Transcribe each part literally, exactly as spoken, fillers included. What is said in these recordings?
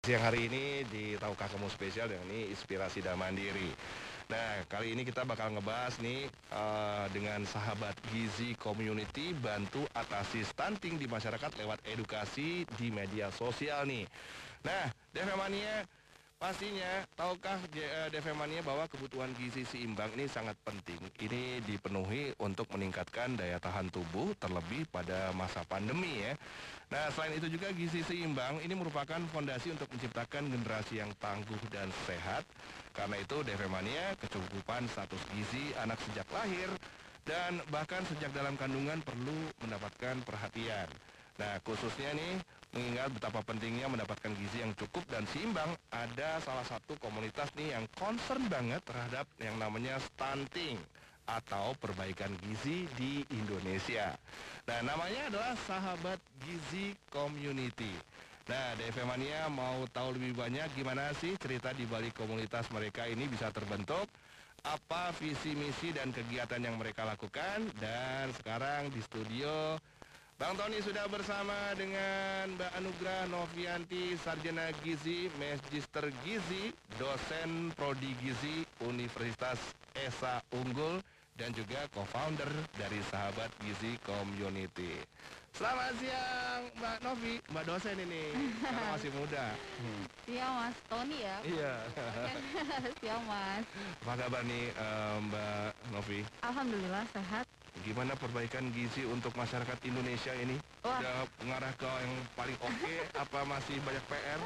Siang hari ini di Tahukah Kamu Spesial yang ini Inspirasi dan Mandiri. Nah, kali ini kita bakal ngebahas nih eh, dengan sahabat Gizi Community bantu atasi stunting di masyarakat lewat edukasi di media sosial nih. Nah, Devemania, pastinya, tahukah J- eh, Devemania bahwa kebutuhan gizi seimbang ini sangat penting. Ini dipenuhi untuk meningkatkan daya tahan tubuh terlebih pada masa pandemi ya. Nah, selain itu juga gizi seimbang ini merupakan fondasi untuk menciptakan generasi yang tangguh dan sehat. Karena itu, Devemania, kecukupan status gizi anak sejak lahir dan bahkan sejak dalam kandungan perlu mendapatkan perhatian. Nah, khususnya nih, mengingat betapa pentingnya mendapatkan gizi yang cukup dan seimbang, ada salah satu komunitas nih yang concern banget terhadap yang namanya stunting atau perbaikan gizi di Indonesia. Nah, namanya adalah Sahabat Gizi Community. Nah, D F Mania mau tahu lebih banyak gimana sih cerita di balik komunitas mereka ini bisa terbentuk, apa visi misi dan kegiatan yang mereka lakukan, dan sekarang di studio Bang Tony sudah bersama dengan Mbak Anugrah Novianti, Sarjana Gizi, Magister Gizi, dosen Prodi Gizi Universitas Esa Unggul, dan juga co-founder dari Sahabat Gizi Community. Selamat siang Mbak Novi, Mbak dosen ini, karena masih muda. Hmm. Iya Mas Tony ya. Iya. Oke. Siap Mas. Apa kabar nih eh, Mbak Novi? Alhamdulillah sehat. Gimana perbaikan gizi untuk masyarakat Indonesia ini? Wah. Udah mengarah ke yang paling oke, apa masih banyak P R?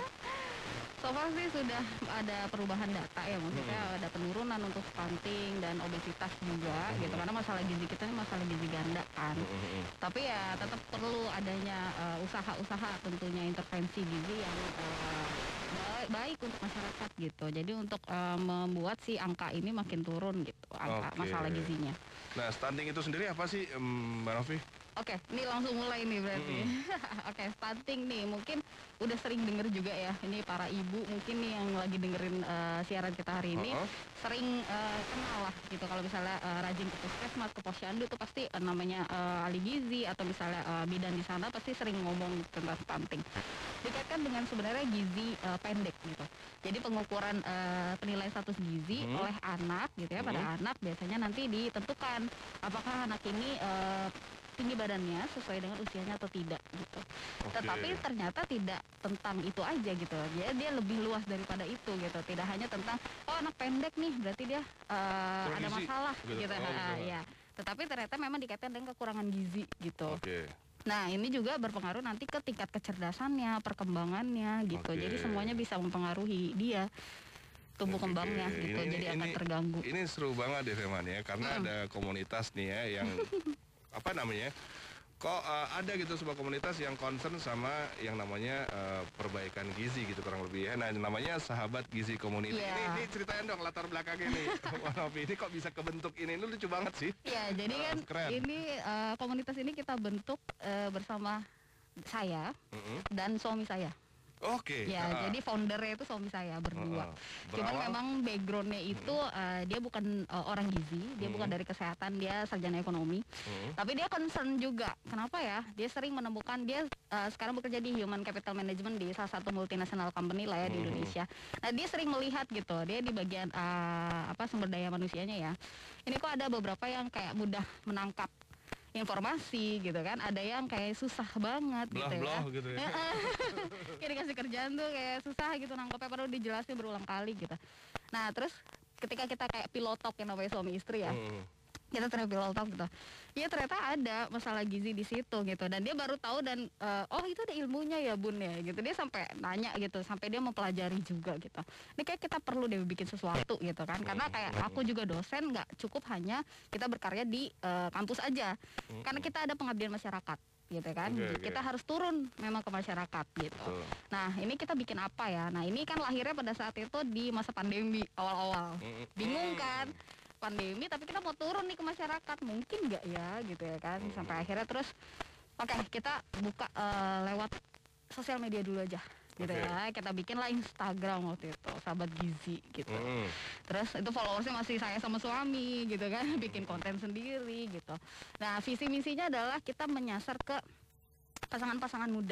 So far sih sudah ada perubahan data ya, maksudnya Hmm. ada penurunan untuk stunting dan obesitas juga Hmm. gitu, karena masalah gizi kita ini masalah gizi ganda kan. Hmm. Tapi ya tetap perlu adanya eh, usaha-usaha tentunya intervensi gizi yang eh, ba- baik untuk masyarakat gitu. Jadi untuk eh, membuat si angka ini makin turun gitu, angka Oke. masalah gizinya. Nah, stunting itu sendiri apa sih, em, Mbak Novi? Oke, ini langsung mulai nih berarti. Oke, stunting nih, mungkin udah sering denger juga ya. Ini para ibu mungkin nih yang lagi dengerin eh, siaran kita hari ini, Uh-uh. sering eh, kenal lah gitu. Kalau misalnya eh, rajin ke puskesmas, ke posyandu itu pasti eh, namanya eh, ahli gizi atau misalnya eh, bidan di sana pasti sering ngomong tentang stunting. Dikaitkan dengan sebenarnya gizi eh, pendek gitu. Jadi pengukuran eh, penilaian status gizi Hmm. oleh anak gitu ya, pada anak biasanya nanti ditentukan apakah anak ini eh, tinggi badannya sesuai dengan usianya atau tidak gitu. Oke. Tetapi ternyata tidak tentang itu aja gitu. Dia dia lebih luas daripada itu gitu. Tidak hanya tentang oh anak pendek nih berarti dia uh, Kurang ada gizi, masalah gitu. gitu. Oh, Ah, gitu. ya. Tetapi ternyata memang dikaitkan dengan kekurangan gizi gitu. Oke. Nah, ini juga berpengaruh nanti ke tingkat kecerdasannya, perkembangannya gitu. Oke. Jadi semuanya bisa mempengaruhi dia tumbuh Oke, kembangnya oke. gitu. Ini- Jadi ini- akan terganggu. Ini seru banget deh teman ya, karena ada komunitas nih ya yang apa namanya? Kok eh, ada gitu sebuah komunitas yang concern sama yang namanya eh, perbaikan gizi gitu kurang lebih ya. Nah, namanya Sahabat Gizi Community. Iya. Ini, ini ceritain dong latar belakangnya nih. Wah, Novi, ini kok bisa kebentuk ini? Ini lucu banget sih. Ya, jadi Ah, kan keren. ini eh, komunitas ini kita bentuk eh, bersama saya Mm-mm. dan suami saya. Oke. Ya, ah. jadi foundernya itu suami saya berdua. Heeh. Cuman Berawal- memang backgroundnya itu eh, dia bukan eh, orang gizi, dia bukan dari kesehatan, dia sarjana ekonomi. Mm. Tapi dia concern juga. Kenapa ya? Dia sering menemukan dia eh, sekarang bekerja di human capital management di salah satu multinational company lah ya di Mhm. Indonesia. Nah, dia sering melihat gitu. Dia di bagian eh, apa sumber daya manusianya ya. Ini kok ada beberapa yang kayak mudah menangkap informasi gitu kan, ada yang kayak susah banget gitu ya. Blah-blah gitu ya. Kayak dikasih kerjaan tuh kayak susah gitu nangkepnya, padahal dijelasin berulang kali gitu. Nah terus ketika kita kayak pilotok yang namanya suami istri ya, Mm. kita ternyata pilotok gitu, ya ternyata ada masalah gizi di situ gitu, dan dia baru tahu dan eh, oh itu ada ilmunya ya bun ya gitu, dia sampai nanya gitu, sampai dia mempelajari juga gitu. Ini kayak kita perlu deh bikin sesuatu gitu kan, karena kayak aku juga dosen nggak cukup hanya kita berkarya di eh, kampus aja, karena kita ada pengabdian masyarakat gitu kan. Oke, oke. Kita harus turun memang ke masyarakat gitu. Betul. Nah ini kita bikin apa ya? Nah ini kan lahirnya pada saat itu di masa pandemi awal-awal. Mm. Bingung kan? Pandemi tapi kita mau turun nih ke masyarakat, mungkin nggak ya gitu ya kan? Sampai akhirnya terus oke kita buka eh, lewat sosial media dulu aja gitu Oke. ya. Kita bikin lah Instagram waktu itu, Sahabat Gizi gitu. Mm. Terus itu followersnya masih saya sama suami gitu kan, bikin konten sendiri gitu. Nah visi misinya adalah kita menyasar ke pasangan-pasangan muda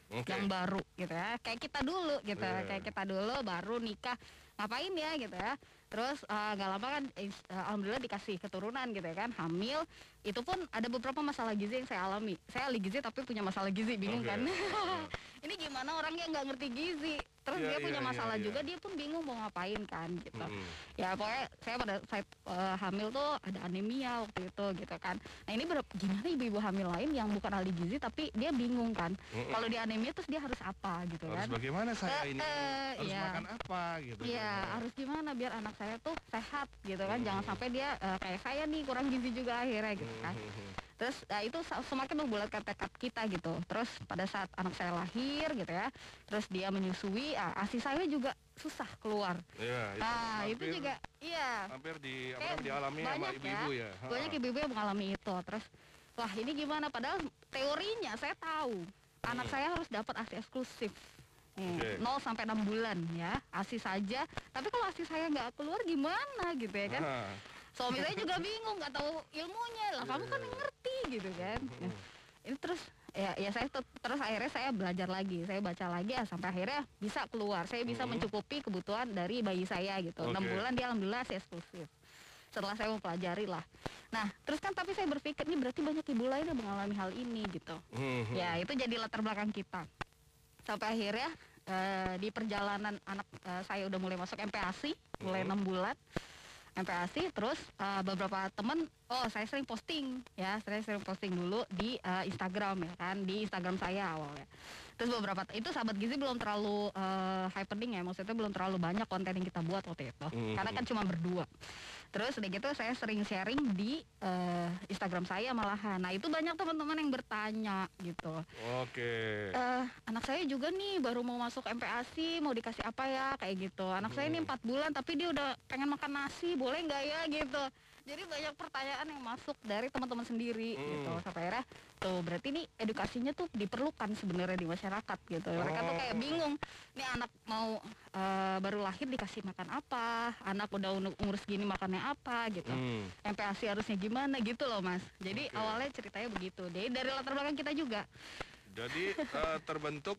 Oke. yang baru gitu ya, kayak kita dulu gitu, Iya. kayak kita dulu baru nikah ngapain ya gitu ya. Terus eh, nggak lama kan ins- eh, alhamdulillah dikasih keturunan gitu ya kan, hamil. Itu pun ada beberapa masalah gizi yang saya alami. Saya ahli gizi tapi punya masalah gizi, bingung Oke. kan. Heeh. Ini gimana orang yang nggak ngerti gizi, terus Iya, dia punya iya, masalah iya, iya. juga, dia pun bingung mau ngapain kan gitu. Mm-mm. Ya pokoknya saya pada saat eh, hamil tuh ada anemia waktu itu gitu kan. Nah ini ber- gimana ibu-ibu hamil lain yang bukan ahli gizi tapi dia bingung kan. Mm-mm. Kalau dia anemia terus dia harus apa gitu Harus kan. bagaimana saya Eh, ini? eh, Harus iya. makan apa gitu? Iya, kan? harus gimana biar anak saya tuh sehat gitu kan. Hmm. Jangan sampai dia eh, kayak saya nih kurang gizi juga akhirnya gitu kan. Hmm. Terus eh, itu sa- semakin membulatkan tekad kita gitu. Terus pada saat anak saya lahir gitu ya, terus dia menyusui, ah, ASI saya juga susah keluar. Iya, itu Nah itu hampir- juga iya. hampir di apa Kayak namanya, dialami sama banyak ibu-ibu ya. Banyak Ha. ibu-ibu yang mengalami itu. Terus wah ini gimana? Padahal teorinya saya tahu anak Hmm. saya harus dapat ASI eksklusif. Hmm, Oke. nol sampai enam bulan ya, ASI saja. Tapi kalau ASI saya nggak keluar gimana gitu ya kan? Ha. Suami saya juga bingung, nggak tahu ilmunya lah. Kamu kan Iya. ngerti gitu kan? Hmm. Ini terus ya, ya saya tet- terus akhirnya saya belajar lagi, saya baca lagi ya, sampai akhirnya bisa keluar. Saya bisa Hmm. mencukupi kebutuhan dari bayi saya gitu. Enam Oke. bulan dia alhamdulillah ASI eksklusif. Setelah saya mempelajari lah. Nah, terus kan tapi saya berpikir nih berarti banyak ibu lain yang mengalami hal ini gitu. Hmm. Ya, itu jadi latar belakang kita. Sampai akhirnya eh, di perjalanan anak eh, saya udah mulai masuk M P A S I, mulai Mhm. enam bulan. M P A S I, terus eh, beberapa temen, oh saya sering posting ya, saya sering posting dulu di eh, Instagram ya kan, di Instagram saya awalnya. Terus beberapa, itu sahabat gizi belum terlalu eh, happening ya, maksudnya belum terlalu banyak konten yang kita buat waktu itu, Mhm. karena kan cuma berdua. Terus udah gitu saya sering sharing di eh, Instagram saya malahan. Nah itu banyak teman-teman yang bertanya gitu. Oke. Eh, anak saya juga nih baru mau masuk M P A S I, mau dikasih apa ya kayak gitu. Anak saya ini Hmm. empat bulan tapi dia udah pengen makan nasi, boleh nggak ya gitu. Jadi banyak pertanyaan yang masuk dari teman-teman sendiri Hmm. gitu. Sampai akhirnya tuh berarti nih edukasinya tuh diperlukan sebenarnya di masyarakat gitu. Mereka tuh kayak Oh. bingung, nih anak mau eh, baru lahir dikasih makan apa, anak udah umur umur segini makannya apa gitu. Hmm. M P A S I harusnya gimana gitu loh Mas. Jadi Oke. awalnya ceritanya begitu. Jadi dari latar belakang kita juga. Jadi eh, terbentuk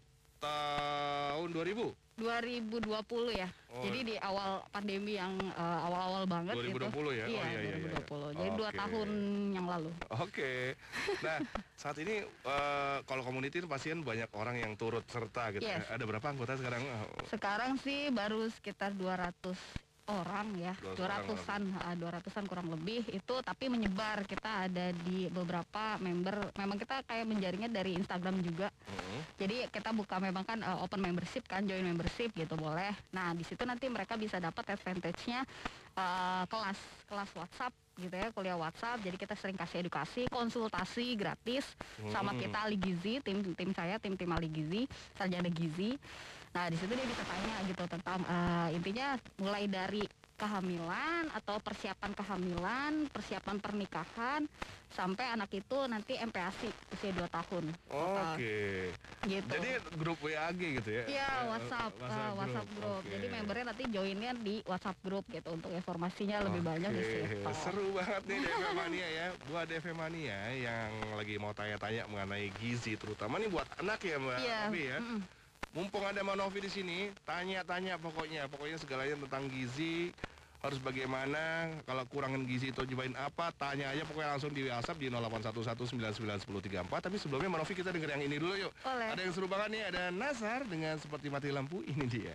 tahun dua ribu. dua ribu dua puluh ya. Oh. Jadi di awal pandemi yang eh, awal-awal banget dua ribu dua gitu. puluh ya? Oh, Iya, iya, iya, iya. dua ribu dua puluh. Jadi dua Oke. tahun yang lalu. Oke. Nah, saat ini eh, kalau community itu pasti kan banyak orang yang turut serta gitu. Yes. Ada berapa anggota sekarang? Sekarang sih baru sekitar dua ratus orang ya, dua ratus dua ratusan, dua ratusan kurang lebih itu, tapi menyebar. Kita ada di beberapa member, memang kita kayak menjaringnya dari Instagram juga. Hmm. Jadi kita buka memang kan uh, open membership kan, join membership gitu boleh. Nah di situ nanti mereka bisa dapat advantage-nya uh, kelas kelas WhatsApp gitu ya, kuliah WhatsApp. Jadi kita sering kasih edukasi, konsultasi gratis sama Hmm. kita ahli gizi, tim tim saya tim tim ahli gizi, sarjana gizi. Nah di situ dia bisa tanya gitu tentang uh, intinya mulai dari kehamilan atau persiapan kehamilan, persiapan pernikahan, sampai anak itu nanti M P A S I usia dua tahun. total. Oke. Gitu. Jadi grup W A G gitu ya? Iya, Eh, WhatsApp, eh, WhatsApp group. Oke. Jadi membernya nanti joinnya di WhatsApp group gitu untuk informasinya lebih banyak di Oke, situ. seru banget nih D F M Mania ya. Buat D F M Mania yang lagi mau tanya-tanya mengenai gizi, terutama nih buat anak ya Mbak Iya. Novi ya. mm-mm. Mumpung ada Mbak Novi di sini, tanya-tanya pokoknya, pokoknya segalanya tentang gizi. Harus bagaimana, kalau kurangin gizi itu nyobain apa, tanya aja pokoknya langsung di WhatsApp di nol delapan satu satu sembilan sembilan satu nol tiga empat. Tapi sebelumnya Mbak Novi kita denger yang ini dulu yuk. Boleh. Ada yang seru banget nih, ada Nazar dengan Seperti Mati Lampu, ini dia.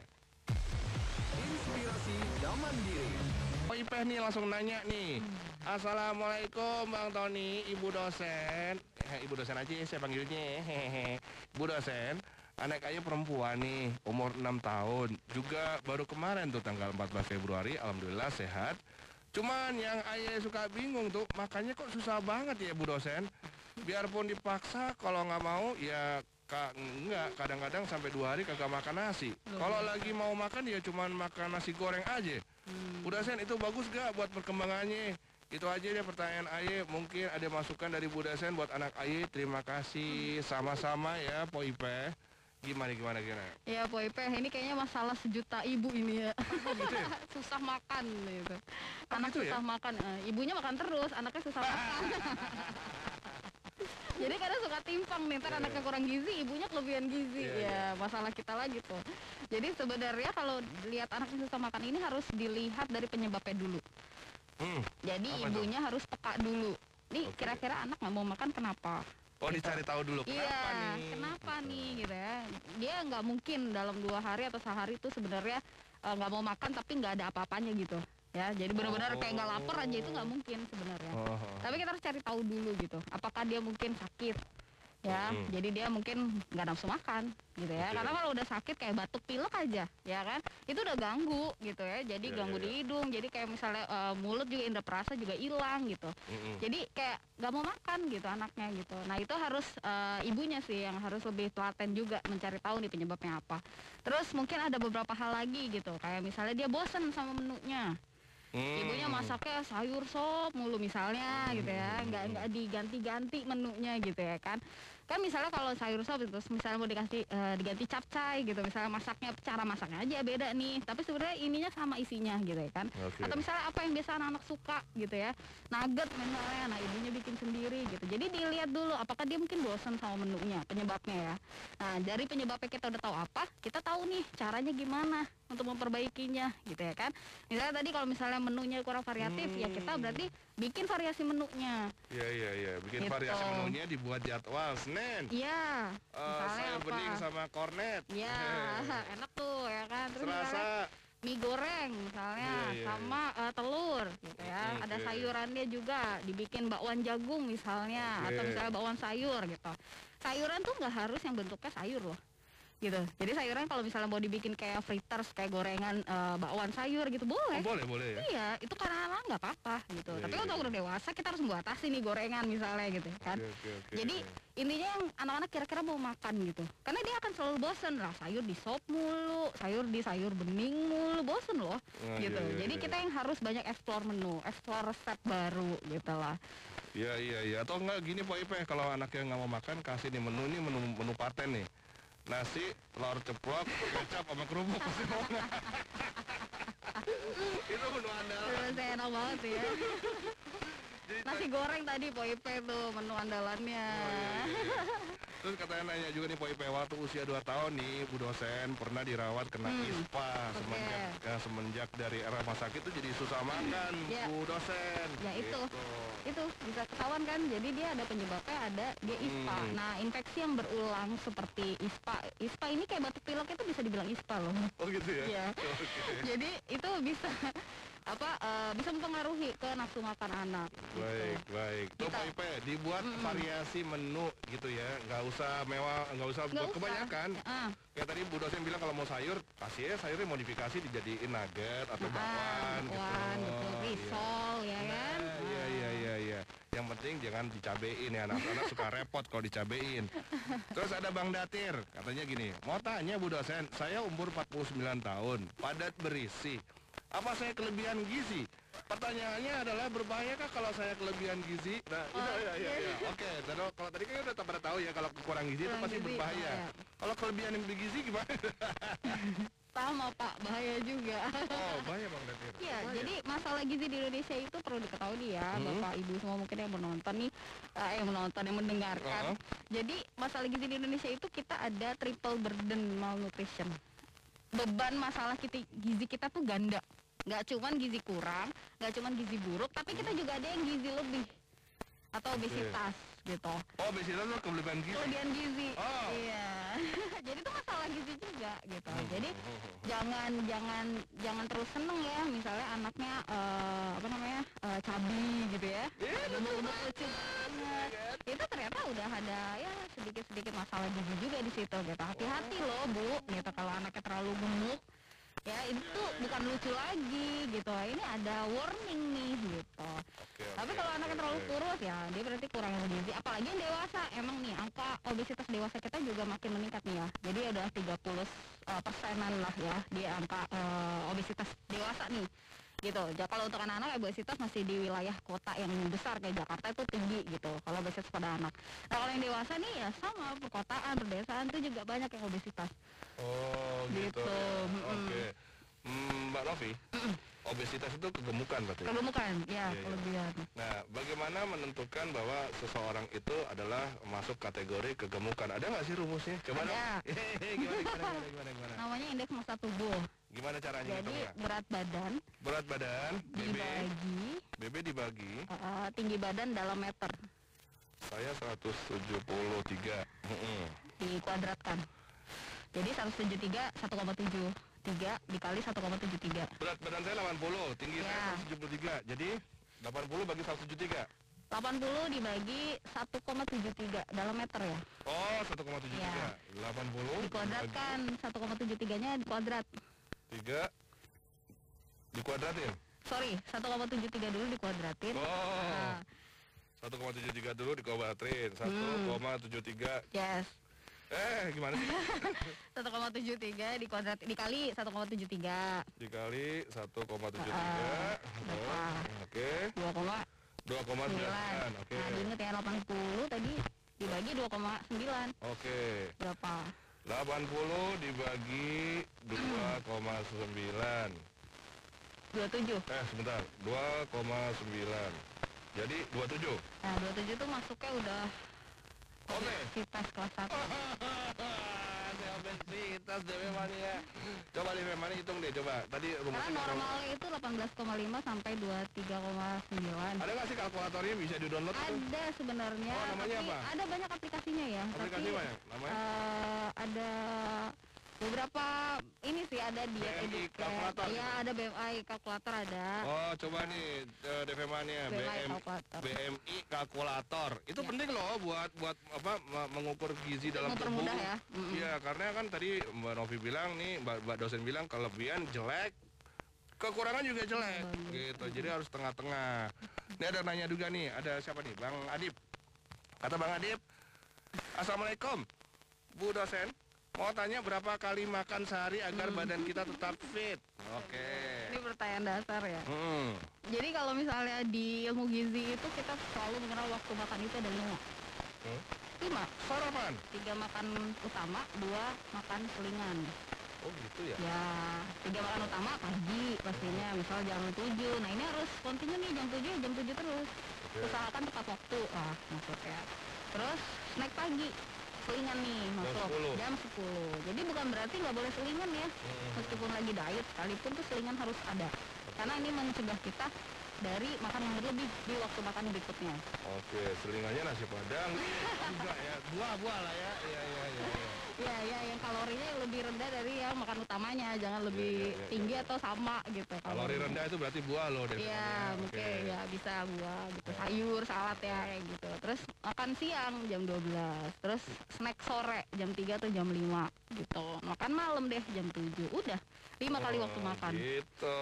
Inspirasi zaman diri. Oh Ipeh nih langsung nanya nih. Assalamualaikum Bang Tony, Ibu dosen. Eh, Ibu dosen aja ya saya panggilnya. Hehehe. Ibu dosen, anak ayah perempuan nih, umur enam tahun. Juga baru kemarin tuh tanggal empat belas Februari, alhamdulillah sehat. Cuman yang ayah suka bingung tuh, makanya kok susah banget ya Bu dosen. Biarpun dipaksa, kalau nggak mau ya Kak, enggak, kadang-kadang sampai dua hari kagak makan nasi. Kalau lagi mau makan ya cuman makan nasi goreng aja. Udah Sen, itu bagus gak buat perkembangannya? Itu aja deh pertanyaan Aye. Mungkin ada masukan dari Bu Dasen buat anak Aye. Terima kasih, sama-sama ya Po Ipe. Gimana, gimana, gimana? Ya Po Ipeh, ini kayaknya masalah sejuta ibu ini ya. gitu ya? Susah makan gitu. Oh, Anak gitu ya? susah makan, eh, ibunya makan terus, anaknya susah makan. Jadi kadang suka timpang nih, ntar Iya, anaknya iya. kurang gizi, ibunya kelebihan gizi. Iya, Ya, iya. masalah kita lagi tuh. Jadi sebenarnya kalau lihat anaknya susah makan ini harus dilihat dari penyebabnya dulu. Hmm, Jadi apa tuh? ibunya harus peka dulu. Nih Oke. kira-kira anak nggak mau makan kenapa? Oh, Gitu. dicari tahu dulu kenapa Iya, nih? kenapa Gitu. nih gitu ya? Dia nggak mungkin dalam dua hari atau sehari itu sebenarnya eh, nggak mau makan tapi nggak ada apa-apanya gitu. Ya, jadi benar-benar kayak nggak lapar aja itu nggak mungkin sebenarnya. Oh, oh. Tapi kita harus cari tahu dulu gitu. Apakah dia mungkin sakit? Ya, Mm. jadi dia mungkin nggak nafsu makan gitu ya. Oke. Karena kalau udah sakit kayak batuk pilek aja, ya kan? Itu udah ganggu gitu ya. Jadi Iya, ganggu iya, di iya. hidung. Jadi kayak misalnya eh, mulut juga indera perasa juga hilang gitu. Mm-mm. Jadi kayak nggak mau makan gitu anaknya gitu. Nah itu harus eh, ibunya sih yang harus lebih telaten juga mencari tahu nih penyebabnya apa. Terus mungkin ada beberapa hal lagi gitu. Kayak misalnya dia bosen sama menunya. Hmm. Ibunya masaknya sayur sop mulu misalnya gitu ya, nggak nggak diganti-ganti menunya gitu ya kan. Kan misalnya kalau sayur sop itu misalnya mau dikasih eh, diganti capcay gitu, misalnya masaknya cara masaknya aja beda nih, tapi sebenarnya ininya sama isinya gitu ya kan. Oke. Atau misalnya apa yang biasa anak-anak suka gitu ya, nugget misalnya, nah ibunya bikin sendiri gitu. Jadi dilihat dulu apakah dia mungkin bosan sama menunya, penyebabnya ya. Nah dari penyebabnya kita udah tahu apa, kita tahu nih caranya gimana untuk memperbaikinya gitu ya kan. Misalnya tadi kalau misalnya menunya kurang variatif ya kita Hmm. berarti bikin variasi menunya. Iya, iya, iya. Bikin Gitu. variasi menunya, dibuat jadwal Senin. Iya, Eh, misalnya sayur apa? bening sama kornet. Iya, enak tuh ya kan. Terus misalnya Serasa. mie goreng misalnya Iya, iya, sama eh, telur gitu ya. Mm, Ada oke. sayurannya juga, dibikin bakwan jagung misalnya atau Oke. misalnya bakwan sayur gitu. Sayuran tuh nggak harus yang bentuknya sayur loh. Gitu. Jadi sayuran kalau misalnya mau dibikin kayak fritters, kayak gorengan eh, bakwan sayur gitu Oh, boleh. boleh, boleh ya. Iya, itu karena anak nggak apa-apa gitu. Iya, Tapi iya, untuk iya. udah dewasa kita harus membatasi nih gorengan misalnya gitu kan. Oke, oke, oke. Jadi intinya yang anak-anak kira-kira mau makan gitu. Karena dia akan selalu bosen lah, sayur di sop mulu, sayur di sayur bening mulu, bosen loh. Nah, Gitu. iya, iya, Jadi iya. kita yang harus banyak explore menu, explore resep baru gitu lah. Iya, iya, iya. Atau enggak gini Pak Ipe, kalau anaknya nggak mau makan, kasih nih menu ini menu menu paten nih. Nasi, telur ceplok, kecap sama kerupuk pasti mau nggak? Itu menu andalan. Terus saya enak banget tuh ya. Jadi Nasi goreng tadi Poipe tuh menu andalannya. Oh, iya, iya, iya. Terus katanya nanya juga nih Pak Ipe, waktu usia dua tahun nih Bu dosen pernah dirawat kena Hmm, ispa semenjak ya, semenjak dari era rumah sakit tuh jadi susah makan Ya. Bu dosen. Ya, itu. Gitu. Itu bisa ketahuan kan, jadi dia ada penyebabnya, ada dia ispa. Hmm. Nah infeksi yang berulang seperti ispa, ispa ini kayak batuk pilek itu bisa dibilang ispa loh. Oh gitu ya? Iya. Oke. Jadi itu bisa apa eh, bisa mempengaruhi ke nafsu makan anak. gitu. Baik, baik. Tuh Kita- Pak Ipe, dibuat Mm-mm. variasi menu gitu ya, nggak usah mewah, nggak usah Nggak buat usah. kebanyakan. Ah, Kayak tadi Bu dosen bilang kalau mau sayur, kasih ya sayurnya modifikasi dijadiin nugget atau ah, bakwan gitu. bakwan, betul, Iya. risol ya kan. Nah, iya, iya, iya, iya. Yang penting jangan dicabein ya, anak-anak suka repot kalau dicabein. Terus ada Bang Datir, katanya gini, mau tanya Bu dosen, saya umur empat puluh sembilan tahun, padat berisi. Apa saya kelebihan gizi? Pertanyaannya adalah berbahayakah kalau saya kelebihan gizi? Nah, itu Oh, ya, ya, iya. ya. Oke, terus kalau tadi kan udah pada tahu ya kalau kekurangan gizi itu Kurang pasti gizi, berbahaya. bahaya. Kalau kelebihan yang gizi gimana? Sama Pak, bahaya juga. Oh, bahaya Bang Datir. Iya, Bahaya. jadi masalah gizi di Indonesia itu perlu diketahui nih ya, Hmm. Bapak Ibu semua mungkin yang menonton nih, eh, yang menonton, yang mendengarkan. Uh-huh. Jadi masalah gizi di Indonesia itu kita ada triple burden malnutrition. Beban masalah kita, gizi kita tuh ganda. Nggak cuman gizi kurang, nggak cuman gizi buruk, tapi kita juga ada yang gizi lebih atau Oke. obesitas gitu. Oh, obesitas itu kelebihan gizi. Kelebihan gizi. Oh. Iya. Jadi itu masalah gizi juga gitu. Hmm. Jadi jangan jangan jangan terus seneng ya misalnya anaknya eh, apa namanya eh, cabi gitu ya, Iya, gemuk-gemuk lucu banget, itu ternyata udah ada ya sedikit-sedikit masalah gizi juga di situ gitu. Hati-hati loh Bu gitu kalau anaknya terlalu gemuk ya itu bukan lucu lagi gitu, ini ada warning nih gitu. Oke, Tapi oke, kalau oke, anaknya terlalu oke. kurus ya dia berarti kurang gizi. Apalagi yang dewasa, emang nih angka obesitas dewasa kita juga makin meningkat nih ya. Jadi udah tiga puluh eh, persenan lah ya di angka eh, obesitas dewasa nih. Gitu. Ja, kalau untuk anak-anak obesitas masih di wilayah kota yang besar kayak Jakarta itu tinggi gitu. Kalau obesitas pada anak. Nah kalau yang dewasa nih ya sama perkotaan, perdesaan itu juga banyak yang obesitas. Oh gitu, Gitu, ya. mm-mm. Oke. Hmm, Mbak Novi, obesitas itu kegemukan berarti. Kegemukan, ya, Iya, iya. kelebihan. Nah, bagaimana menentukan bahwa seseorang itu adalah masuk kategori kegemukan? Ada nggak sih rumusnya? Coba Ada. dong. gimana, gimana, gimana, gimana, gimana? Namanya indeks massa tubuh. Gimana caranya Jadi ngitungnya? berat badan Berat badan, B B, dibagi B B dibagi, uh, tinggi badan dalam meter, saya seratus tujuh puluh tiga. Mm-mm. dikuadratkan. Jadi seratus tujuh puluh tiga, satu koma tujuh tiga dikali satu koma tujuh tiga. Berat badan saya delapan puluh, tinggi saya Ya. seratus tujuh puluh tiga. Jadi delapan puluh bagi seratus tujuh puluh tiga. delapan puluh dibagi satu koma tujuh tiga dalam meter ya. Oh, satu koma tujuh tiga. Ya. delapan puluh Dikuadratkan, satu koma tujuh tiga-nya dikuadrat. tiga dikuadratin. Sorry, satu koma tujuh tiga dulu dikuadratin. Oh. Nah, satu koma tujuh tiga dulu dikuadratin. satu koma tujuh tiga. yes. Eh, gimana sih? satu koma tujuh tiga dikuadratin dikali satu koma tujuh tiga. Dikali satu koma tujuh tiga. berapa? Oke. dua koma dua koma sembilan. sembilan. Oke. Nah, diinget ya delapan puluh tadi dibagi dua koma sembilan. Oke. Berapa? delapan puluh dibagi dua koma sembilan. dua puluh tujuh. Eh, sebentar. dua koma sembilan. Jadi dua puluh tujuh. Nah, dua puluh tujuh tuh masuknya udah Oke. obesitas kelas satu. Obesitas deh memang ya. Coba deh memang hitung deh coba. Tadi Karena rumusnya normalnya itu delapan belas koma lima sampai dua puluh tiga koma sembilan. ada nggak sih kalkulatornya bisa di-download itu? Ada sebenarnya, Oh, namanya tapi apa? ada banyak aplikasinya ya. Aplikasi tapi banyak namanya? eh, ada beberapa ini sih ada di B M I Educate. kalkulator. Ya, ada B M I kalkulator ada. Oh, coba nih eh, D V M-nya B M I B M kalkulator. B M I kalkulator. Itu Ya. penting loh buat buat apa me- mengukur gizi dalam tubuh. Mempermudah ya. Mm-mm. Iya, karena kan tadi Mbak Novi bilang nih, Mbak, Mbak dosen bilang kelebihan jelek, kekurangan juga jelek, Bagus. gitu. Jadi harus tengah-tengah. Ini ada nanya juga nih, ada siapa nih, Bang Adip. Kata Bang Adip, Assalamualaikum, Bu dosen. Mau tanya berapa kali makan sehari agar badan kita tetap fit? Oke. Ini pertanyaan dasar ya. Hmm. Jadi kalau misalnya di ilmu gizi itu kita selalu mengenal waktu makan itu ada lima. Hmm? Lima. Sarapan. Tiga makan utama, dua makan selingan. Oh gitu ya. Ya, tiga makan utama pagi pastinya, misal jam tujuh. Nah ini harus kontinu nih jam tujuh, jam tujuh terus. Oke. Usahakan tepat waktu, ah maksudnya. Terus snack pagi, selingan nih masuk sepuluh. jam sepuluh. Jadi bukan berarti nggak boleh selingan ya. Hmm. Meskipun lagi diet sekalipun tuh selingan harus ada. Karena ini mencegah kita dari makan yang berlebih di waktu makan berikutnya. Oke, selingannya nasi padang. Enggak ya, buah-buah lah ya. Iya, iya, iya. iya. Ya, ya yang kalorinya yang lebih rendah dari yang makan utamanya, jangan lebih iya, iya, tinggi iya. atau sama gitu. Kalori rendah itu berarti buah loh deh. Iya, mungkin ya bisa buah gitu, Ya. sayur, salad ya kayak gitu. Terus makan siang jam dua belas, terus snack sore jam tiga atau jam lima gitu. Makan malam deh jam tujuh. Udah, lima kali waktu makan. Gitu.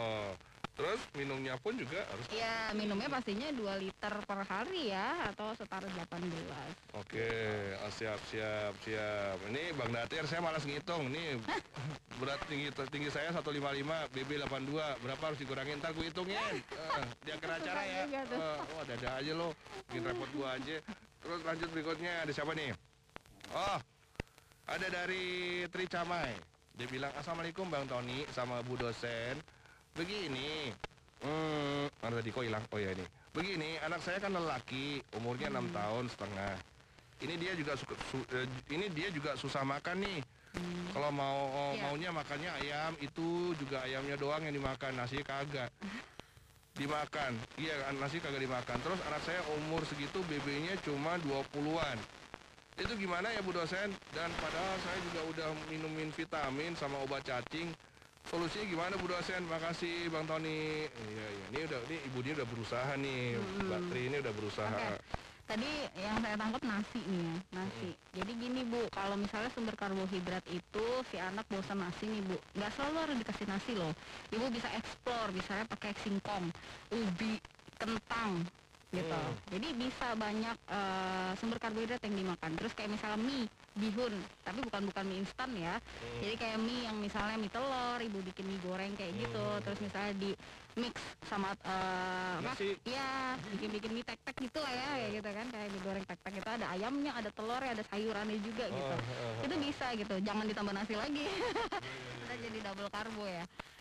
Terus minumnya pun juga harus. Ya, minumnya pastinya dua liter per hari ya, atau setara delapan belas. Oke, ah, siap, siap, siap. Ini Bang Datir, saya malas ngitung. Ini berat tinggi tinggi saya seratus lima puluh lima, B B delapan puluh dua. Berapa harus dikurangin? Ntar gue hitungin. Uh, di akhir acara ya. Susah juga tuh. Uh, oh, ada-ada aja lo. Bikin repot gua aja. Terus lanjut berikutnya. Ada siapa nih? Oh, ada dari Tri Camai. Dia bilang, Assalamualaikum Bang Tony sama Bu dosen. Begini, hmm, mana tadi kok hilang? Oh ya ini. Begini, anak saya kan lelaki, umurnya enam tahun setengah. Ini dia juga suka, su- eh, ini dia juga susah makan nih. Kalau mau Iya. maunya makannya ayam, itu juga ayamnya doang yang dimakan, nasi kagak dimakan. Iya, nasi kagak dimakan. Terus anak saya umur segitu B B-nya cuma dua puluhan. Itu gimana ya Bu dosen? Dan padahal saya juga udah minumin vitamin sama obat cacing. Solusinya gimana Bu dosen? Makasih Bang Tony. Iya, iya. Ini udah ini ibu dia udah berusaha nih. Hmm. Mbak Tri ini udah berusaha. Oke. Tadi yang saya tangkap nasi nih ya, nasi. Jadi gini Bu, kalau misalnya sumber karbohidrat itu si anak bosan nasi nih Bu, nggak selalu harus dikasih nasi loh. Ibu bisa explore, misalnya pakai singkong, ubi, kentang, gitu. Hmm. Jadi bisa banyak eh, sumber karbohidrat yang dimakan. Terus kayak misalnya mie, bihun, tapi bukan bukan mie instan ya. Hmm. Jadi kayak mie yang misalnya mie telur, ibu bikin mie goreng kayak gitu. Hmm. Terus misalnya di mix sama eh, apa? Nasi. Iya, bikin-bikin mie tek-tek gitu lah ya, kayak gitu kan. Kayak mie goreng tek-tek itu ada ayamnya, ada telurnya, ada sayurannya juga gitu. Oh, oh, oh. Itu bisa gitu. Jangan ditambah nasi lagi. Kita jadi double karbo ya.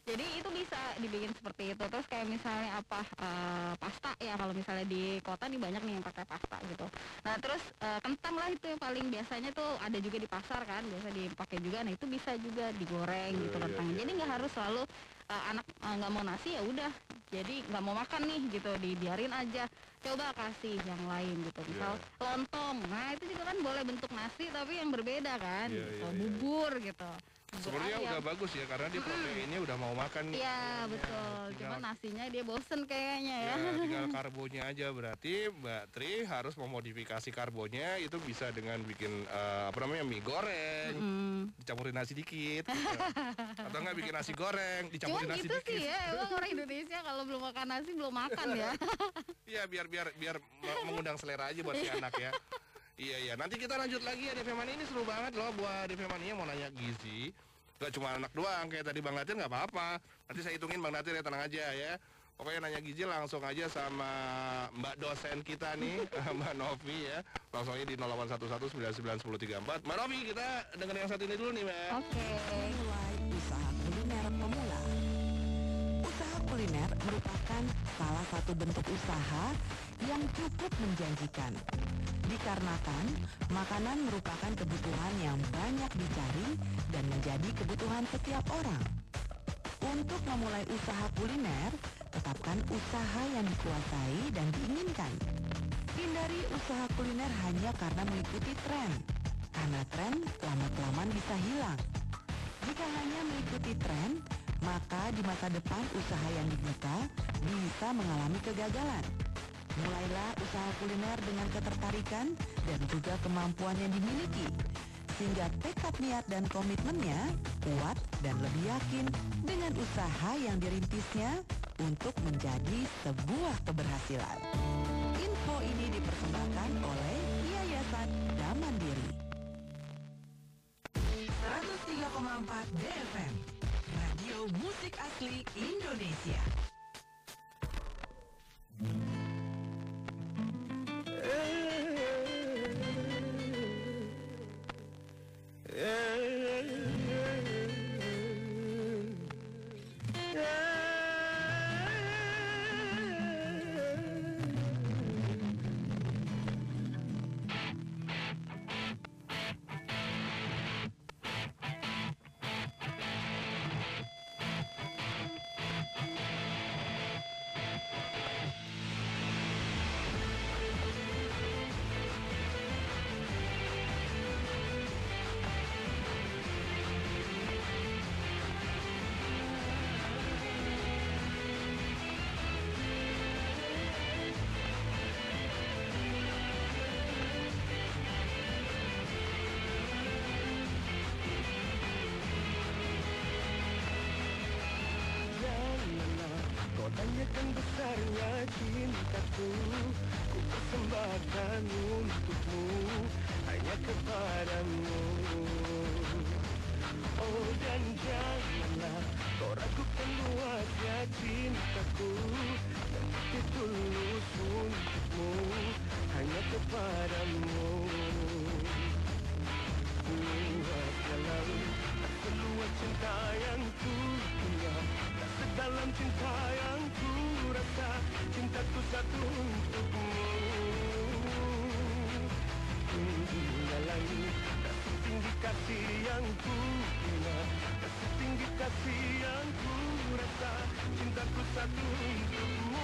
Jadi itu bisa dibikin seperti itu. Terus kayak misalnya apa eh, pasta ya, kalau misalnya di kota nih banyak nih yang pakai pasta gitu. Nah terus eh, kentang lah itu yang paling biasanya tuh ada juga di pasar kan, biasa dipakai juga. Nah itu bisa juga digoreng Iya, gitu iya, kentangnya. iya, Jadi nggak iya. harus selalu eh, anak eh, nggak mau nasi ya udah. Jadi nggak mau makan nih gitu, dibiarin aja. Coba kasih yang lain gitu. Misal Iya. lontong. Nah itu juga kan boleh bentuk nasi tapi yang berbeda kan Iya, gitu. iya, iya. Bubur gitu. Bubur Sebenarnya ayam. udah bagus ya karena dia proteinnya udah mau makan nih. Iya ayamnya. betul, Tinggal, cuman nasinya dia bosen kayaknya ya. ya tinggal karbonya aja, berarti Mbak Tri harus memodifikasi karbonya itu bisa dengan bikin eh, apa namanya mie goreng, Mm. dicampurin nasi dikit, gitu. Atau enggak bikin nasi goreng, Cuman dicampurin nasi gitu dikit. sih ya, emang orang Indonesia kalau belum makan nasi belum makan ya. Iya biar biar biar me- mengundang selera aja buat si anak ya. Iya iya, nanti kita lanjut lagi ya D V Mania, ini seru banget loh buat D V Mania mau nanya gizi. Gak cuma anak doang kayak tadi Bang Natir nggak apa-apa. Nanti saya hitungin Bang Natir ya, tenang aja ya. Pokoknya nanya gizi langsung aja sama Mbak dosen kita nih, Mbak Novi ya. Langsung aja di nol delapan satu satu sembilan sembilan satu nol tiga empat. Mbak Novi, kita dengerin yang satu ini dulu nih Mbak. Oke. Mulai usaha kuliner pemula. Usaha kuliner merupakan salah satu bentuk usaha yang cukup menjanjikan. Dikarenakan makanan merupakan kebutuhan yang banyak dicari dan menjadi kebutuhan setiap orang. Untuk memulai usaha kuliner, tetapkan usaha yang dikuasai dan diinginkan. Hindari usaha kuliner hanya karena mengikuti tren, karena tren lama-kelamaan bisa hilang. Jika hanya mengikuti tren, maka di masa depan usaha yang dibuka bisa mengalami kegagalan. Mulailah usaha kuliner dengan ketertarikan dan juga kemampuan yang dimiliki, sehingga tekad niat dan komitmennya kuat dan lebih yakin dengan usaha yang dirintisnya untuk menjadi sebuah keberhasilan. Info ini dipersembahkan oleh Yayasan Damandiri. seratus tiga koma empat D F M, Radio Musik Asli Indonesia. Janganlah kau tanyakan besarnya cintaku, ku persembahkan untukmu, hanya kepadamu. Oh dan janganlah kau ragukan luasnya cintaku, yang pasti tulus untukmu, hanya kepadamu. Luas dalam seluas cinta yang ku punya, tak sedalam cinta yang ku rasa, cintaku satu untukmu. Hingga langit, tak setinggi kasih yang ku punya, tak setinggi kasih yang ku rasa, cintaku satu untukmu.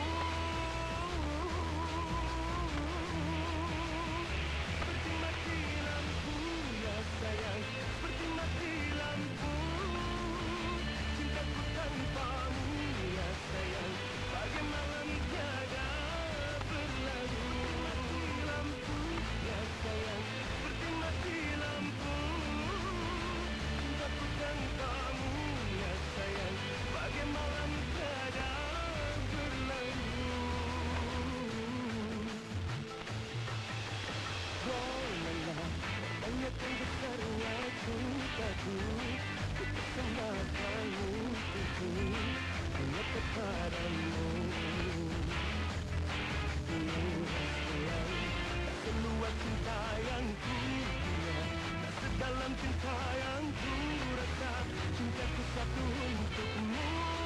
Seperti mati lampu ya sayang, seperti mati lampu, cintaku tanpamu ya sayang, bagai malam tiada berlalu. Mati lampu ya sayang, seperti mati lampu, cintaku tanpamu ya sayang, bagai malam tiada berlalu. Janganlah tanyakan besarnya cintaku, ku persembahkan untukmu, hanya kepadamu. Luas dalam, tak seluas cinta yang ku punya, tak sedalam cinta yang ku rasa, cintaku satu untukmu.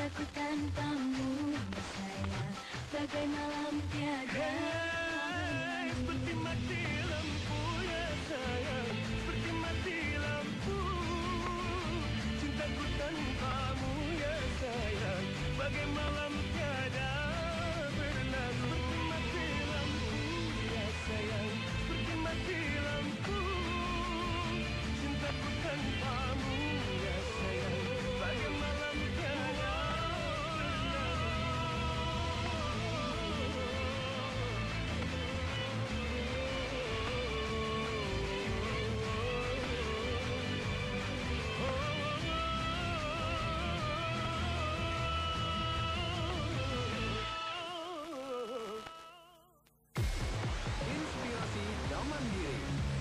Cintaku tanpamu ya sayang, bagai malam tiada. Hey, seperti mati lampu ya sayang, seperti mati lampu. Cintaku tanpamu ya sayang, bagai malam tiada berlalu. Seperti mati lampu ya sayang, seperti mati lampu. Cintaku tanpamu ya sayang, bagai malam tiada Inspirasi dan Mandiri.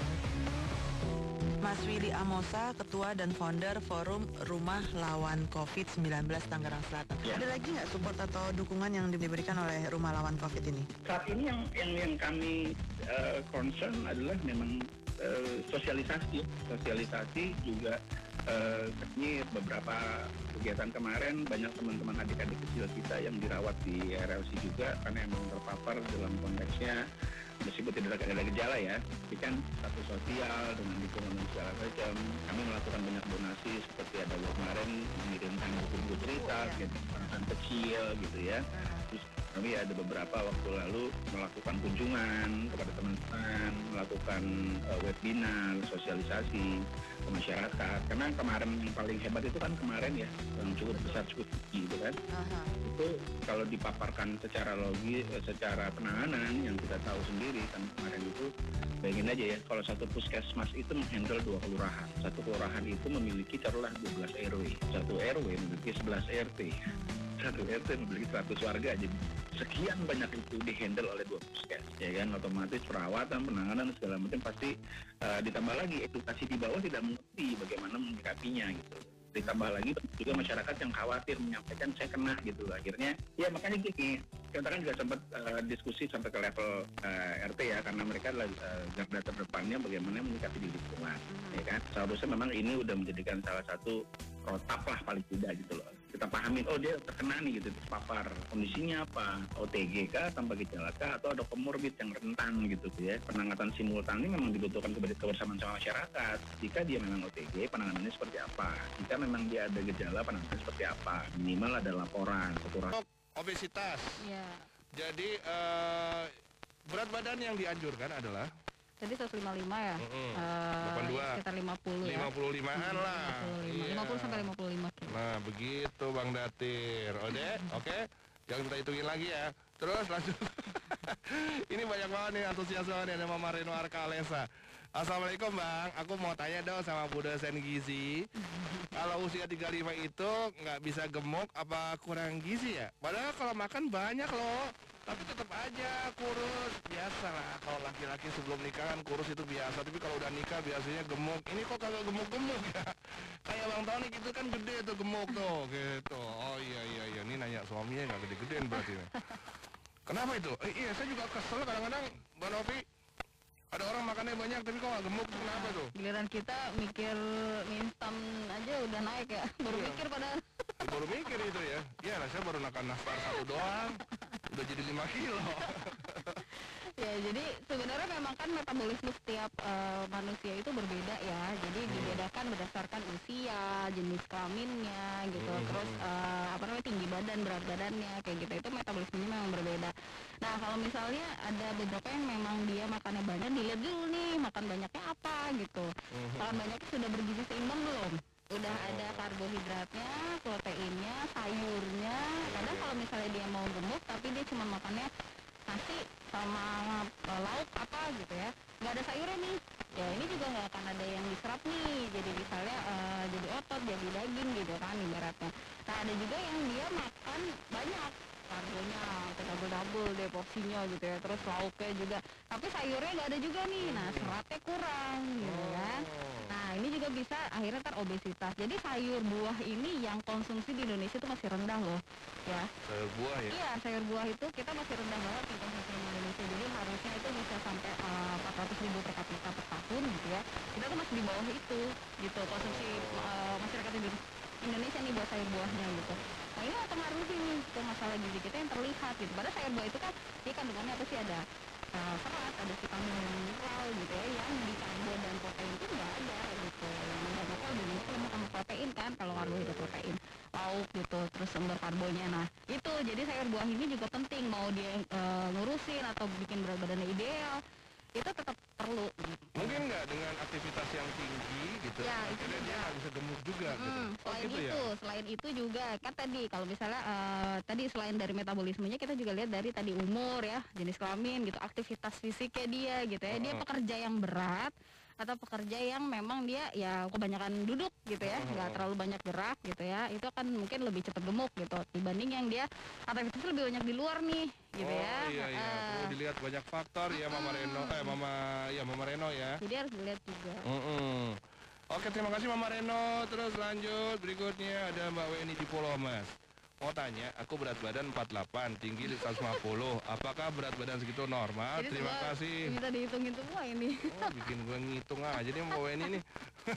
Mas Willy Amosa, Ketua dan Founder Forum Rumah Lawan covid sembilan belas Tangerang Selatan. Ya. Ada lagi nggak support atau dukungan yang diberikan oleh Rumah Lawan Covid ini? Saat ini yang yang, yang kami uh, concern adalah memang uh, sosialisasi, sosialisasi juga uh, ini beberapa kegiatan kemarin banyak teman-teman adik-adik kecil kita yang dirawat di R L C juga karena emang terpapar dalam konteksnya meskipun tidak ada gejala ya, tapi kan status sosial dengan dukungan dan segala macam. Kami melakukan banyak donasi seperti ada kemarin mengirimkan buku-buku cerita, gitu, anak kecil gitu ya. Terus kami ada beberapa waktu lalu melakukan kunjungan kepada teman-teman, melakukan uh, webinar, sosialisasi ke masyarakat. Karena kemarin yang paling hebat itu kan kemarin ya, yang cukup besar, cukup tinggi gitu kan. Aha. Itu kalau dipaparkan secara logis, secara penanganan yang kita tahu sendiri kan kemarin itu, bayangin aja ya, kalau satu puskesmas itu menghandle dua kelurahan, satu kelurahan itu memiliki taruhlah dua belas R W, satu R W memiliki sebelas R T, satu R T memiliki seratus warga, jadi sekian banyak itu dihandle oleh dua puskes, ya kan, otomatis perawatan, penanganan segala macam pasti uh, ditambah lagi edukasi di bawah tidak mengerti bagaimana menyikapinya gitu. Ditambah lagi juga masyarakat yang khawatir menyampaikan saya kena gitu, akhirnya ya makanya gini, kita kan juga sempat uh, diskusi sampai ke level uh, R T ya, karena mereka adalah uh, garda terdepannya bagaimana menyikapi di lingkungan, ya kan. Seharusnya memang ini udah menjadikan salah satu protap lah paling tidak gitu loh. Kita pahamin, oh dia terkena nih gitu, terpapar, kondisinya apa, O T G kah, tanpa gejala kah, atau ada komorbid yang rentan gitu ya. Penanganan simultan ini memang dibutuhkan kebersamaan sama masyarakat. Jika dia memang O T G, penanganannya seperti apa. Jika memang dia ada gejala, penanganannya seperti apa. Minimal ada laporan. Sekurang Obesitas. Iya. Jadi eh, berat badan yang dianjurkan adalah Jadi seratus lima puluh lima ya. Mm-mm. Eh, delapan puluh dua. Sekitar lima puluh ya. lima puluh limaan lah. lima puluh lima. Iya. lima puluh sampai lima puluh lima kilo. Nah begitu Bang Datir. Ode, oke. Jangan kita hitungin lagi ya. Terus lanjut. Ini banyak banget nih antusias banget nih, ada Mama Reno Arkalesa. Assalamualaikum Bang, aku mau tanya dong sama Bu dosen gizi. Kalau usia tiga puluh lima itu nggak bisa gemuk apa kurang gizi ya? Padahal kalau makan banyak loh, tapi tetap aja kurus. Biasa lah, kalau laki-laki sebelum nikah kan kurus itu biasa, tapi kalau udah nikah biasanya gemuk. Ini kok kagak gemuk-gemuk ya? Kayak Bang Tony gitu kan gede tuh gemuk tuh, gitu. Oh iya iya iya, ini nanya suaminya nggak gede-gedean berarti. Kenapa itu? Eh, iya saya juga kesel kadang-kadang Mbak Novi. Ada orang makannya banyak tapi kok nggak gemuk, kenapa tuh? Giliran kita mikir mie instan aja udah naik ya. Baru Iya. mikir padahal. Ya, baru mikir itu ya. Iya, saya baru makan nastar satu doang, udah jadi lima kilo. Ya jadi sebenarnya memang kan metabolisme setiap eh, manusia itu berbeda ya. Jadi dibedakan berdasarkan usia, jenis kelaminnya gitu. Hmm. Terus eh, apa namanya tinggi badan, berat badannya kayak gitu. Itu metabolismenya memang berbeda. Nah kalau misalnya ada beberapa yang memang dia makannya banyak, dilihat dulu nih makan banyaknya apa gitu. Makan banyaknya sudah bergizi seimbang belum? Udah ada karbohidratnya, proteinnya, sayurnya. Kadang kalau misalnya dia mau gemuk tapi dia cuma makannya nasi sama uh, lauk apa gitu ya, nggak ada sayurnya nih, ya ini juga nggak akan ada yang diserap nih, jadi misalnya uh, jadi otot, jadi daging gitu kan ibaratnya. Nah ada juga yang dia makan banyak karbonya, double-double deh porsinya gitu ya, terus lauknya juga, tapi sayurnya nggak ada juga nih, nah seratnya kurang gitu kan. Nah ini juga bisa akhirnya ntar obesitas. Jadi sayur buah ini yang konsumsi di Indonesia itu masih rendah loh ya. Sayur buah ya? Iya, sayur buah itu kita masih rendah banget di konsumsi di Indonesia. Jadi harusnya itu bisa sampai uh, empat ratus ribu per kapita per tahun gitu ya. Kita tuh masih di bawah itu gitu konsumsi uh, masyarakat di Indonesia nih buat sayur buahnya gitu. Nah ini mempengaruhi nih ke masalah gizi kita yang terlihat gitu. Padahal sayur buah itu kan dia kandungannya apa sih, ada uh, serat, ada vitamin mineral gitu ya, yang di karbo dan protein itu nggak ada gitu. Yang nggak bakal lebih lemak sama protein kan kalau karbohidrat protein, lauk gitu, terus sumber karbonya. Nah itu jadi sayur buah ini juga penting, mau dia uh, ngurusin atau bikin berat badannya ideal, itu tetap perlu gitu. Mungkin nggak dengan aktivitas yang tinggi gitu, Ya, itu akhirnya dia juga. nggak bisa gemuk juga gitu. Hmm, Oh selain gitu itu, ya? selain itu juga kan tadi kalau misalnya eh, tadi selain dari metabolismenya kita juga lihat dari tadi umur ya, jenis kelamin gitu, aktivitas fisiknya dia gitu ya. Dia Heeh. pekerja yang berat atau pekerja yang memang dia ya kebanyakan duduk gitu ya, nggak Heeh. terlalu banyak gerak gitu ya. Itu akan mungkin lebih cepat gemuk gitu dibanding yang dia aktivitasnya lebih banyak di luar nih gitu Oh ya. iya iya, Heeh. perlu dilihat banyak faktor ya Mama Reno, eh Mama ya Mama Reno ya. Jadi harus dilihat juga. Mm-mm. Oke, terima kasih Mama Reno. Terus lanjut berikutnya ada Mbak Weni di Pulau Mas. Mau tanya, aku berat badan empat puluh delapan, tinggi seratus lima puluh. Apakah berat badan segitu normal? Jadi Terima semua kasih. Minta dihitungin semua ini. Oh, bikin gue ngitung aja nih Mbak Weni nih.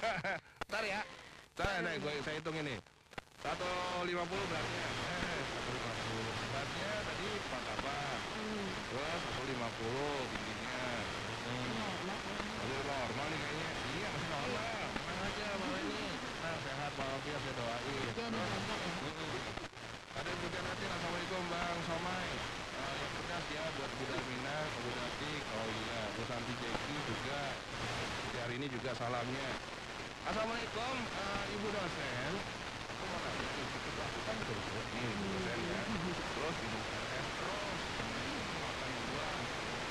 Ntar ya. Ntar nih, gue saya hitung ini. seratus lima puluh beratnya. Eh, seratus lima puluh. Beratnya tadi empat puluh delapan. Hmm. Terus seratus lima puluh tingginya. Hmm. Normal. Aduh, normal nih kayaknya. Iya, masih normal. Tenang aja Mbak Weni. Tenang, sehat walafiat saya doain. Ya, Terus, aja ya. mm-mm. Ada yang juga nanti, Assalamualaikum Bang Somai. Eh, yang pedas ya buat Bu Darmina, Bu Datik, oh iya, Bu Santi Jeki juga. Seperti hari ini juga salamnya. Assalamualaikum eh, Ibu dosen. Aku mau tanya nih, itu aku kan terus nih Ibu dosen ya. Terus minum R S terus. Makan buah.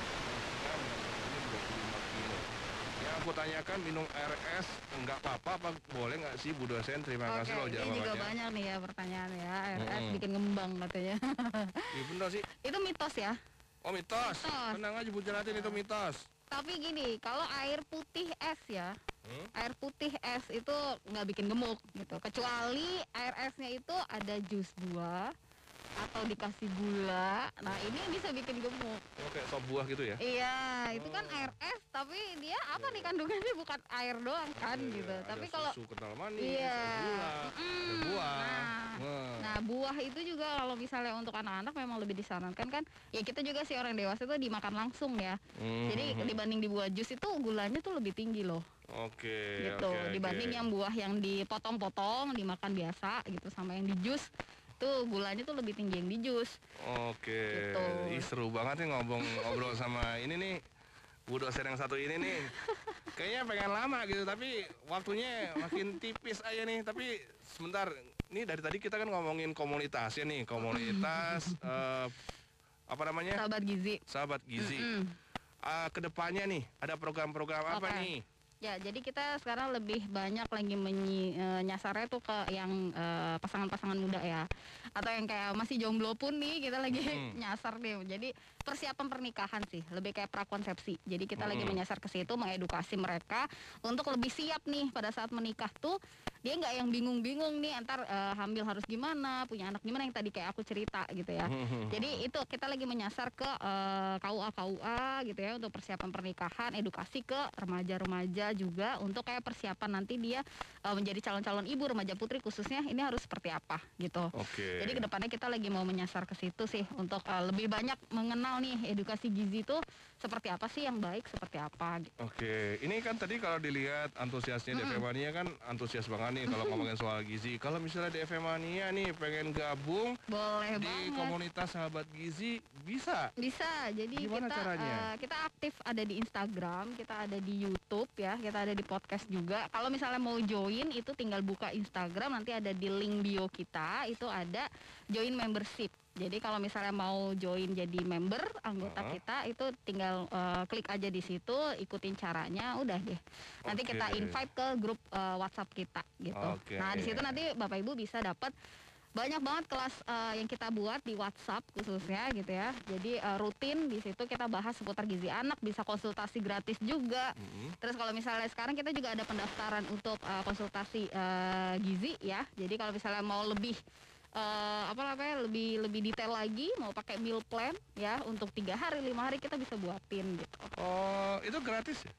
Juga berat badannya dua puluh lima kilo. Yang aku tanyakan minum R S enggak apa-apa apa boleh nggak sih Bu dosen? Terima kasih loh Oke, ini juga jawabannya. banyak nih ya pertanyaan ya. R S Mm-mm. bikin ngembang katanya. Iya bener sih. Itu mitos ya. Oh mitos. Mitos. Tenang aja Bu Jelatin itu mitos. Tapi gini, kalau air putih es ya, Hmm? air putih es itu nggak bikin gemuk gitu. Kecuali air esnya itu ada jus buah atau dikasih gula. Nah ini bisa bikin gemuk. Oh kayak sop buah gitu ya? Iya, itu kan Oh. air es, tapi dia apa nih kandungannya, bukan air doang kan Iya, gitu. ada Tapi kalau susu kental manis, iya, ada gula, ada mm, buah. nah, Wah. Nah buah itu juga kalau misalnya untuk anak-anak memang lebih disarankan kan, ya kita juga sih orang dewasa itu dimakan langsung ya. Mhm. Jadi dibanding dibuat jus itu gulanya tuh lebih tinggi loh, Oke, gitu. oke, Dibanding oke. yang buah yang dipotong-potong dimakan biasa gitu, sama yang di jus tuh gulanya tuh lebih tinggi yang di jus. Oke, Gitu. ih seru banget nih ngomong ngobrol sama ini nih Bu dosen yang satu ini nih. Kayaknya pengen lama gitu, tapi waktunya makin tipis aja nih. Tapi sebentar, ini dari tadi kita kan ngomongin komunitasnya nih, komunitas eh, apa namanya? Sahabat gizi. Sahabat gizi. Mm-mm. Ah, kedepannya nih ada program-program apa Oke. nih? Ya, jadi kita sekarang lebih banyak lagi menyi, eh, nyasarnya tuh ke yang eh, pasangan-pasangan muda ya, atau yang kayak masih jomblo pun nih kita lagi Hmm. nyasar nih. Jadi persiapan pernikahan sih, lebih kayak prakonsepsi. Jadi kita lagi Hmm. menyasar ke situ, mengedukasi mereka untuk lebih siap nih pada saat menikah tuh. Dia nggak yang bingung-bingung nih, antar eh, hamil harus gimana, punya anak gimana, yang tadi kayak aku cerita gitu ya. Jadi itu kita lagi menyasar ke eh, K U A K U A gitu ya, untuk persiapan pernikahan, edukasi ke remaja-remaja juga untuk kayak persiapan nanti dia eh, menjadi calon-calon ibu, remaja putri khususnya, ini harus seperti apa gitu. Oke. Jadi kedepannya kita lagi mau menyasar ke situ sih, untuk eh, lebih banyak mengenal nih edukasi gizi itu seperti apa sih, yang baik seperti apa gitu. Oke, ini kan tadi kalau dilihat antusiasnya D F Mania kan antusias banget nih kalau ngomongin soal gizi. Kalau misalnya D F Mania nih pengen gabung Boleh di banget. komunitas sahabat gizi, bisa. Bisa, jadi Gimana kita caranya? eh, kita aktif ada di Instagram, kita ada di YouTube ya, kita ada di podcast juga. Kalau misalnya mau join itu tinggal buka Instagram, nanti ada di link bio kita, itu ada join membership. Jadi kalau misalnya mau join jadi member anggota Uh-huh. kita, itu tinggal eh, klik aja di situ, ikutin caranya, udah deh. Nanti Oke. kita invite ke grup eh, WhatsApp kita gitu. Oke. Nah di situ nanti Bapak Ibu bisa dapat banyak banget kelas eh, yang kita buat di WhatsApp khususnya gitu ya. Jadi eh, rutin di situ kita bahas seputar gizi anak, bisa konsultasi gratis juga. Mhm. Terus kalau misalnya sekarang kita juga ada pendaftaran untuk eh, konsultasi eh, gizi ya. Jadi kalau misalnya mau lebih eh, apa namanya, lebih lebih detail lagi, mau pakai meal plan ya, untuk tiga hari lima hari kita bisa buatin gitu. Oh, itu gratis ya?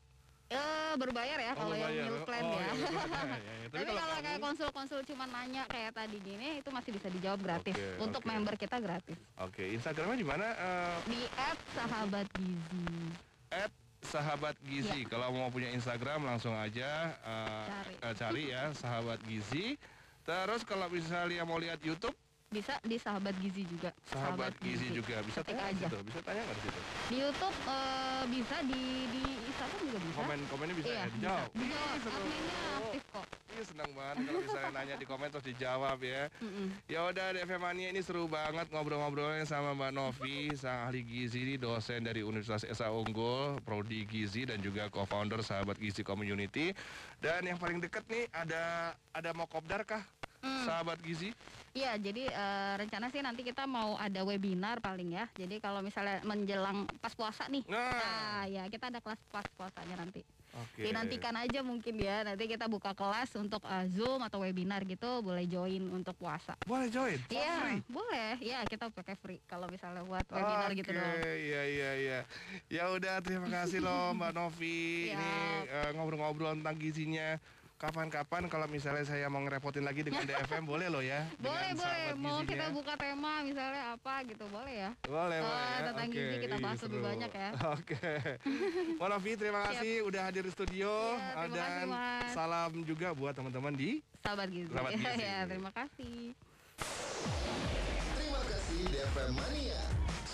Eh berbayar ya Oh, kalau yang berbayar. meal plan Oh, ya. yang meal plan, ya, ya, ya. Tapi Tapi kalau kalau kamu- kayak konsul-konsul cuma nanya kayak tadi gini itu masih bisa dijawab gratis. Oke, Untuk oke. member kita gratis. Oke, Instagramnya di mana? Eh, Di at sahabat gizi. at sahabat gizi. Kalau mau punya Instagram langsung aja eh, Cari. eh, cari ya sahabat gizi. Terus kalau misalnya mau lihat YouTube, Bisa di sahabat gizi juga. sahabat, gizi, juga bisa Ketik tanya di aja. situ. Bisa tanya nggak di situ? Di YouTube eh, bisa di di Instagram juga bisa. Komen komennya bisa Iya, ya bisa. dijawab. Dijawab. Ih, seru. Adminnya aktif kok. Iya senang banget kalau misalnya nanya di komen terus dijawab ya. Mm-mm. Ya udah D F M Mania ini seru banget ngobrol-ngobrolnya sama Mbak Novi, sang ahli gizi ini dosen dari Universitas Esa Unggul, prodi gizi dan juga co-founder Sahabat Gizi Community. Dan yang paling deket nih ada ada mau kopdar kah? Hmm. Sahabat gizi? Iya, jadi eh, rencana sih nanti kita mau ada webinar paling ya. Jadi kalau misalnya menjelang pas puasa nih, Nah. nah ya kita ada kelas pas puasanya nanti. Oke. Dinantikan aja mungkin ya. Nanti kita buka kelas untuk eh, Zoom atau webinar gitu, boleh join untuk puasa. Boleh join? For Iya, free? boleh. Ya, kita pakai free kalau misalnya buat webinar gitu Oke, doang. iya iya iya. Ya udah terima kasih loh Mbak Novi. Siap. Ini eh, ngobrol-ngobrol tentang gizinya. Kapan-kapan kalau misalnya saya mau ngerepotin lagi dengan D F M boleh loh ya. Boleh, dengan boleh. sahabat Mau gizinya. kita buka tema misalnya apa gitu, boleh ya. Boleh, Oh, boleh ya. tentang Oke, gizi kita ih, bahas lebih seru. banyak ya. Oke. Mbak Novi terima Siap. kasih udah hadir di studio. Iya, terima Dan kasih, Mas. salam juga buat teman-teman di Sahabat gizi. Sahabat gizi. Ya, terima kasih. Terima kasih D F M Mania.